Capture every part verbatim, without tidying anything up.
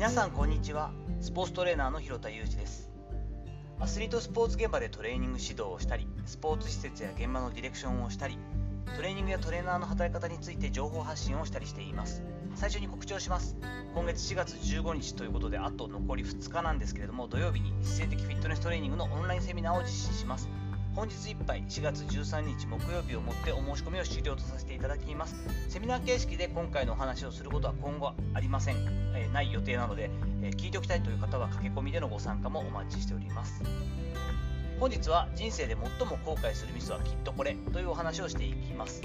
皆さんこんにちは。スポーツトレーナーの広田裕二です。アスリートスポーツ現場でトレーニング指導をしたり、スポーツ施設や現場のディレクションをしたり、トレーニングやトレーナーの働き方について情報発信をしたりしています。最初に告知をします。今月しがつじゅうごにちということで、あと残りふつかなんですけれども、土曜日に姿勢的フィットネストレーニングのオンラインセミナーを実施します。本日いっぱいしがつじゅうさんにち木曜日をもってお申し込みを終了とさせていただきます。セミナー形式で今回のお話をすることは今後ありません、えー、ない予定なので、えー、聞いておきたいという方は駆け込みでのご参加もお待ちしております。本日は人生で最も後悔するミスはきっとこれというお話をしていきます。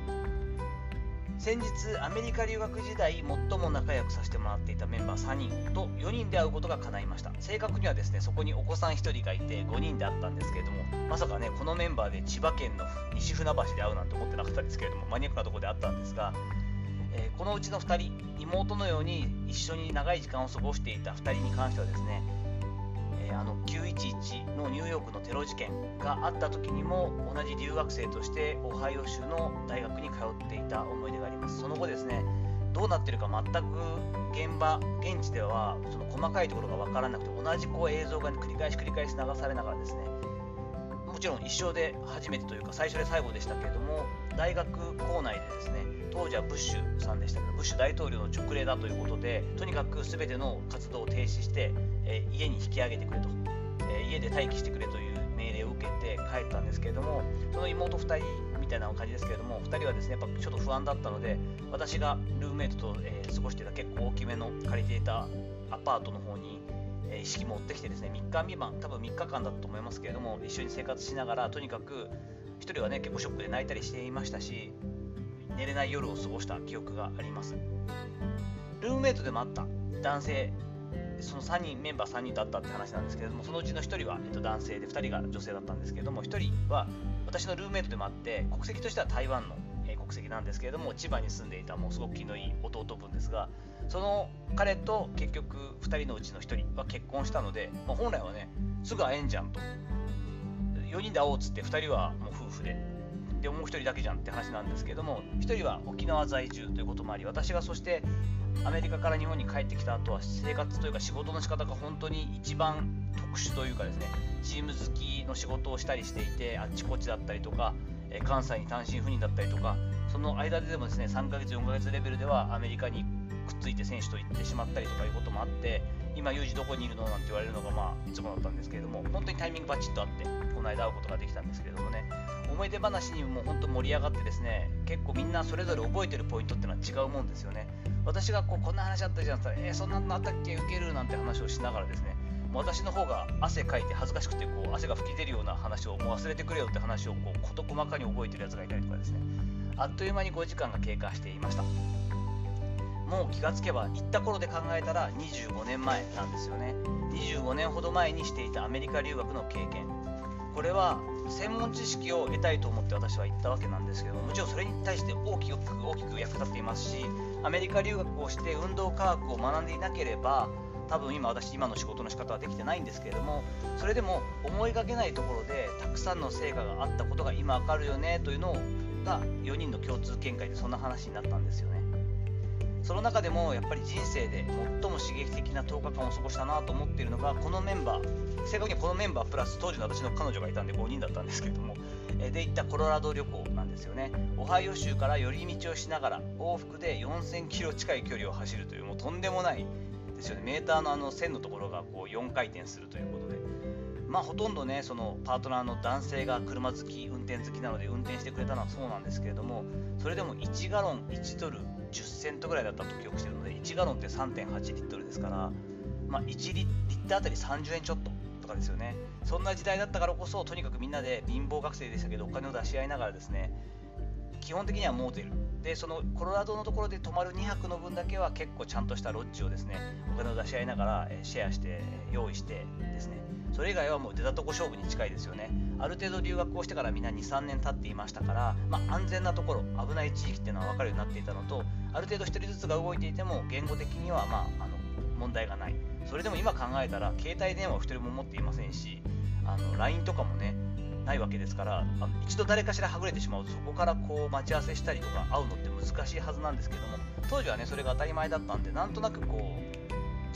先日アメリカ留学時代最も仲良くさせてもらっていたメンバーさんにんとよにんで会うことが叶いました。正確にはですね、そこにお子さんひとりがいてごにんで会ったんですけれども、まさかねこのメンバーで千葉県の西船橋で会うなんて思ってなかったですけれども、マニアックなところで会ったんですが、えー、このうちのふたり、妹のように一緒に長い時間を過ごしていたふたりに関してはですね、えー、あのきゅういちいちのニューヨークのテロ事件があった時にも同じ留学生としてオハイオ州の大学に通っていた思い出があります。その後ですね、どうなってるか全く現場現地ではその細かいところが分からなくて、同じこう映像が繰り返し繰り返し流されながらですね、もちろん一生で初めてというか最初で最後でしたけれども、大学構内でですね、当時はブッシュさんでしたけど、ブッシュ大統領の直令だということで、とにかく全ての活動を停止して、えー、家に引き上げてくれと、えー、家で待機してくれという命令を受けて帰ったんですけれども、その妹ふたりみたいな感じですけれども、ふたりはですねやっぱちょっと不安だったので、私がルームメイトと、えー、過ごしていた結構大きめの借りていたアパートの方に、えー、意識持ってきてですね、みっかみばん、多分みっかかんだったと思いますけれども、一緒に生活しながら、とにかくひとりはね結構ショックで泣いたりしていましたし、寝れない夜を過ごした記憶があります。ルームメイトでもあった男性、そのさんにんメンバーさんにんだったって話なんですけれども、そのうちのひとりは、えっと、男性でふたりが女性だったんですけれども、ひとりは私のルームメイトでもあって、国籍としては台湾の、えー、国籍なんですけれども、千葉に住んでいたもうすごく気のいい弟分ですが、その彼と結局ふたりのうちのひとりは結婚したので、まあ、本来はねすぐ会えんじゃんと、よにんで会おうっつってふたりはもう夫婦ででもうひとりだけじゃんって話なんですけれども、ひとりは沖縄在住ということもあり、私がそしてアメリカから日本に帰ってきた後は生活というか仕事の仕方が本当に一番特殊というかですね、チーム好きの仕事をしたりしていて、あっちこっちだったりとか、え関西に単身赴任だったりとか、その間ででもですねさんかげつよんかげつレベルではアメリカにくっついて選手と行ってしまったりとかいうこともあって、今ユージどこにいるのなんて言われるのがまあいつもだったんですけれども、本当にタイミングバチッとあってこの間会うことができたんですけれどもね、思い出話にも本当盛り上がってですね、結構みんなそれぞれ覚えてるポイントっていうのは違うもんですよね。私がこうこんな話あったじゃんって言ったら、えー、そんなのあったっけ、ウケるなんて話をしながらですね、私の方が汗かいて恥ずかしくてこう汗が吹き出るような話をもう忘れてくれよって話をこう事細かに覚えてるやつがいたりとかですね、あっという間にごじかんが経過していました。もう気がつけば行った頃で考えたらにじゅうごねんまえなんですよね。にじゅうごねんほど前にしていたアメリカ留学の経験、これは専門知識を得たいと思って私は行ったわけなんですけども、もちろんそれに対して大きく大きく役立っていますし、アメリカ留学をして運動科学を学んでいなければ多分今私今の仕事の仕方はできてないんですけれども、それでも思いがけないところでたくさんの成果があったことが今わかるよねというのがよにんの共通見解で、そんな話になったんですよね。その中でもやっぱり人生で最も刺激的なとおかかんを過ごしたなと思っているのがこのメンバー、正確にはこのメンバープラス当時の私の彼女がいたんでごにんだったんですけれども、で行ったコロラド旅行なんですよね。オハイオ州から寄り道をしながら往復でよんせんキロ近い距離を走るという、もうとんでもないですよね。メーターのあの線のところがこうよんかい転するということで、まあほとんどねそのパートナーの男性が車好き運転好きなので運転してくれたのはそうなんですけれども、それでもいちガロンいちドルじゅっセントぐらいだったと記憶しているので、いちガロンって さんてんはちリットルですから、まあ、いちリッターあたりさんじゅうえんちょっととかですよね。そんな時代だったからこそ、とにかくみんなで貧乏学生でしたけどお金を出し合いながらですね、基本的にはモーテルで、そのコロラドのところで泊まるにはくの分だけは結構ちゃんとしたロッジをですねお金を出し合いながらシェアして用意してですね、それ以外はもう出たとこ勝負に近いですよね。ある程度留学をしてからみんなにさんねん経っていましたから、まあ、安全なところ危ない地域っていうのは分かるようになっていたのと、ある程度ひとりずつが動いていても言語的にはまああの問題がない。それでも今考えたら携帯電話をひとりも持っていませんし、あの ライン とかもねないわけですから、あの一度誰かしらはぐれてしまうとそこからこう待ち合わせしたりとか会うのって難しいはずなんですけども、当時はねそれが当たり前だったんで、なんとなくこう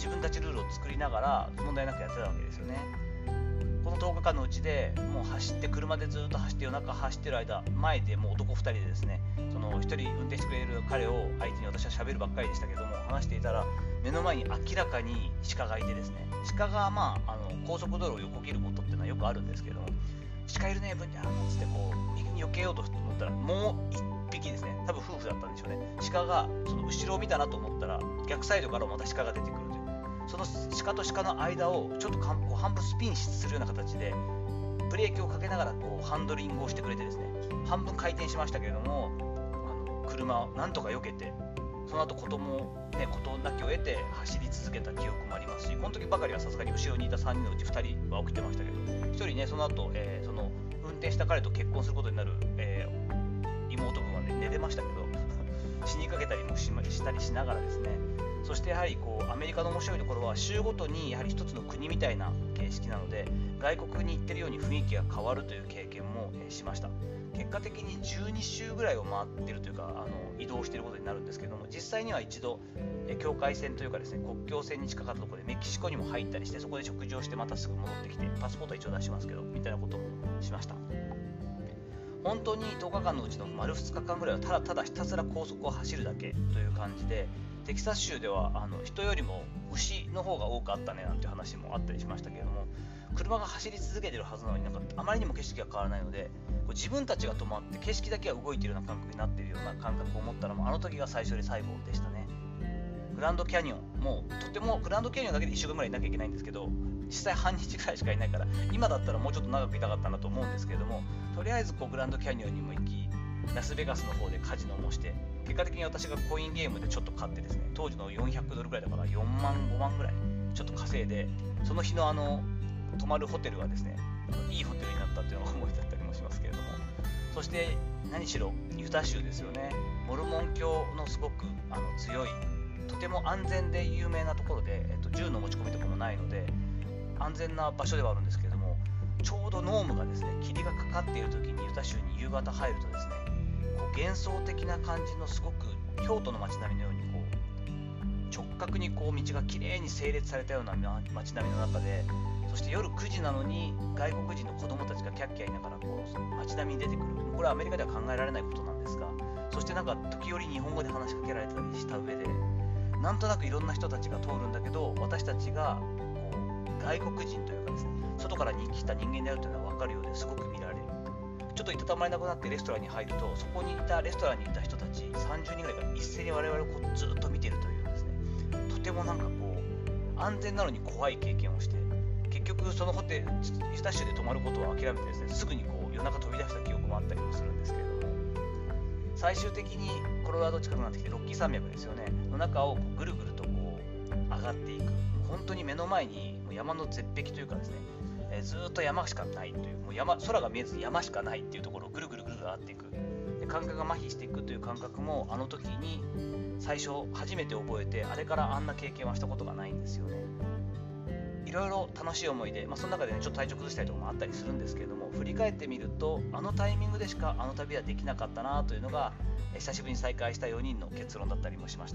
自分たちルールを作りながら問題なくやってたわけですよね。このとおかかんのうちでもう走って車でずっと走って夜中走ってる間、前でもう男ふたりでですね、そのひとり運転してくれる彼を相手に私は喋るばっかりでしたけども、話していたら目の前に明らかに鹿がいてですね、鹿がまああの高速道路を横切ることっていうのはよくあるんですけども、鹿いるねブンちゃんなんつってこう右に避けようと思ったらもういっぴきですね、多分夫婦だったんでしょうね。鹿がその後ろを見たなと思ったら逆サイドからまた鹿が出てくるという、その鹿と鹿の間をちょっとかんこう半分スピンするような形でブレーキをかけながらこうハンドリングをしてくれてですね、半分回転しましたけれども、あの車をなんとか避けて、その後子供をね事なきを得て走り続けた記憶もありますし、この時ばかりはさすがに後ろにいたさんにんのうちふたりは起きてましたけど、ひとりねその後、えー、その運転した彼と結婚することになる、えー、妹分はね寝てましたけど死にかけたりもししたりしながらですね、そしてやはりこうアメリカの面白いところは週ごとにやはり一つの国みたいな形式なので、外国に行ってるように雰囲気が変わるという経験も、えー、しました。結果的にじゅうに周ぐらいを回っているというか、あの移動していることになるんですけども、実際には一度、えー、境界線というかですね、国境線に近かったところでメキシコにも入ったりして、そこで食事をしてまたすぐ戻ってきて、パスポートは一応出しますけどみたいなこともしました。本当にとおかかんのうちの丸ふつかかんぐらいはただただひたすら高速を走るだけという感じで、テキサス州ではあの人よりも牛の方が多かったねなんて話もあったりしましたけれども、車が走り続けているはずなのになんかあまりにも景色が変わらないので、こう自分たちが止まって景色だけは動いているような感覚になっているような感覚を持ったのもあの時が最初で最後でしたね。グランドキャニオンもとてもグランドキャニオンだけでいっしゅうかんぐらいいなきゃいけないんですけど、実際半日ぐらいしかいないから今だったらもうちょっと長くいたかったなと思うんですけれども、とりあえずこうグランドキャニオンにも行き、ラスベガスの方でカジノもして、結果的に私がコインゲームでちょっと買ってですね、当時のよんひゃくドルぐらいだからよんまんごまんぐらいちょっと稼いで、その日のあの泊まるホテルはですね、いいホテルになったっていうのが思いだったりもしますけれども、そして何しろユタ州ですよね。モルモン教のすごくあの強い、とても安全で有名なところで、えっと、銃の持ち込みとかもないので安全な場所ではあるんですけれども、ちょうどノームがですね霧がかかっている時にユタ州に夕方入るとですね、こう幻想的な感じのすごく京都の街並みのようにこう直角にこう道がきれいに整列されたような街並みの中で、そして夜くじなのに外国人の子供たちがキャッキャ言いながらこう街並みに出てくる。これはアメリカでは考えられないことなんですが、そしてなんか時折日本語で話しかけられたりした上で、なんとなくいろんな人たちが通るんだけど、私たちがこう外国人というかですね、外からに来た人間であるというのは分かるようですごく見られる。ちょっといたたまれなくなってレストランに入ると、そこにいたレストランにいた人たちさんじゅうにんぐらいが一斉に我々をこうずっと見ているというですね、とてもなんかこう安全なのに怖い経験をして、結局そのホテルユタ州で泊まることを諦めてですね、すぐにこう夜中飛び出した記憶もあったりもするんですけれども、最終的にコロラド近くなってきてロッキー山脈ですよねの中をこうぐるぐるとこう上がっていく。本当に目の前にもう山の絶壁というかですね、えー、ずっと山しかないという、もう山空が見えずに山しかないっていうところをぐるぐるぐるぐる上がっていく。で感覚が麻痺していくという感覚もあの時に最初初めて覚えて、あれからあんな経験はしたことがないんですよね。いろいろ楽しい思い出、まあ、その中でねちょっと体調崩したりとかもあったりするんですけれども、振り返ってみるとあのタイミングでしかあの旅はできなかったなというのが、え久しぶりに再会したよにんの結論だったりもしました。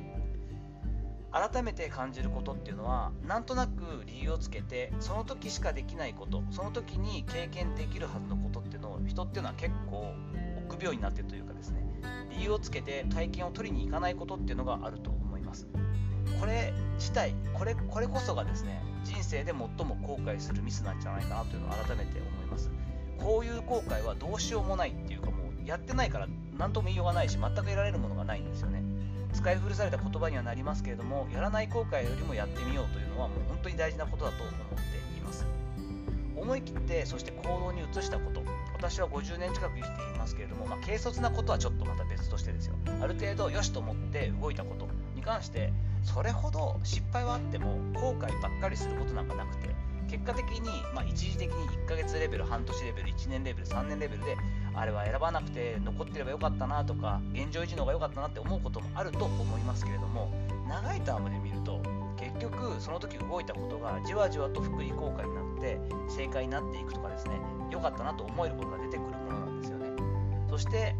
改めて感じることっていうのは、なんとなく理由をつけてその時しかできないこと、その時に経験できるはずのことっていうのを人っていうのは結構臆病になっているというかですね、理由をつけて体験を取りに行かないことっていうのがあると思います。これ自体これこれこそがですね、人生で最も後悔するミスなんじゃないかなというのを改めて思います。こういう後悔はどうしようもないっていうか、もうやってないから何とも言いようがないし、全く得られるものがないんですよね。使い古された言葉にはなりますけれども、やらない後悔よりもやってみようというのはもう本当に大事なことだと思っています。思い切ってそして行動に移したこと、私はごじゅうねん近く生きていますけれども、まあ、軽率なことはちょっとまた別としてですよ、ある程度よしと思って動いたことに関して、それほど失敗はあっても後悔ばっかりすることなんかなくて、結果的に、まあ、一時的にいっかげつレベル、半年レベル、いちねんレベル、さんねんレベルであれは選ばなくて残ってればよかったなとか、現状維持の方が良かったなって思うこともあると思いますけれども、長いタームで見ると結局その時動いたことがじわじわと福利効果になって正解になっていくとかですね、良かったなと思えることが出てくるものなんですよね。そして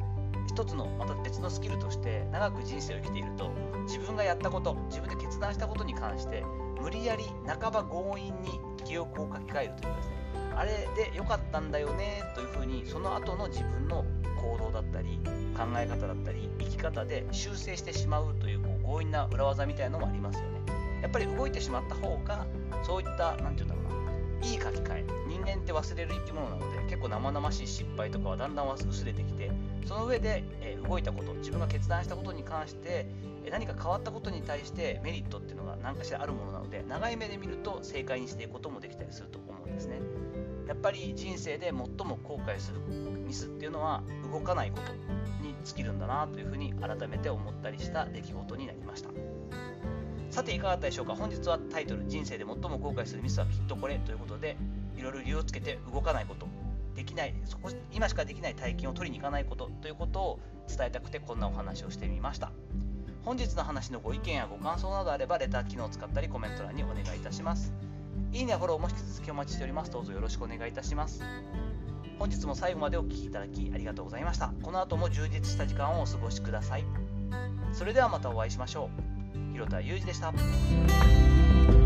一つのまた別のスキルとして、長く人生を生きていると自分がやったこと、自分で決断したことに関して無理やり半ば強引に記憶を書き換えるというかですね、あれで良かったんだよねというふうに、その後の自分の行動だったり考え方だったり生き方で修正してしまうという、こう強引な裏技みたいなのもありますよね。やっぱり動いてしまった方が、そういったなんていうんだろうな、いい書き換え、人間って忘れる生き物なので、結構生々しい失敗とかはだんだん薄れてきて、その上で、えー動いたこと、自分が決断したことに関して、えー何か変わったことに対してメリットっていうのが何かしらあるものなので、長い目で見ると正解にしていくこともできたりすると思うんですね。やっぱり人生で最も後悔するミスっていうのは動かないことに尽きるんだなというふうに改めて思ったりした出来事になりました。さていかがだったでしょうか。本日はタイトル、人生で最も後悔するミスはきっとこれということで、いろいろ理由をつけて動かないこと、できない、そこ今しかできない大金を取りに行かないことということを伝えたくて、こんなお話をしてみました。本日の話のご意見やご感想などあれば、レター機能を使ったりコメント欄にお願いいたします。いいねやフォローも引き続きお待ちしております。どうぞよろしくお願いいたします。本日も最後までお聞きいただきありがとうございました。この後も充実した時間をお過ごしください。それではまたお会いしましょう。広田裕二でした。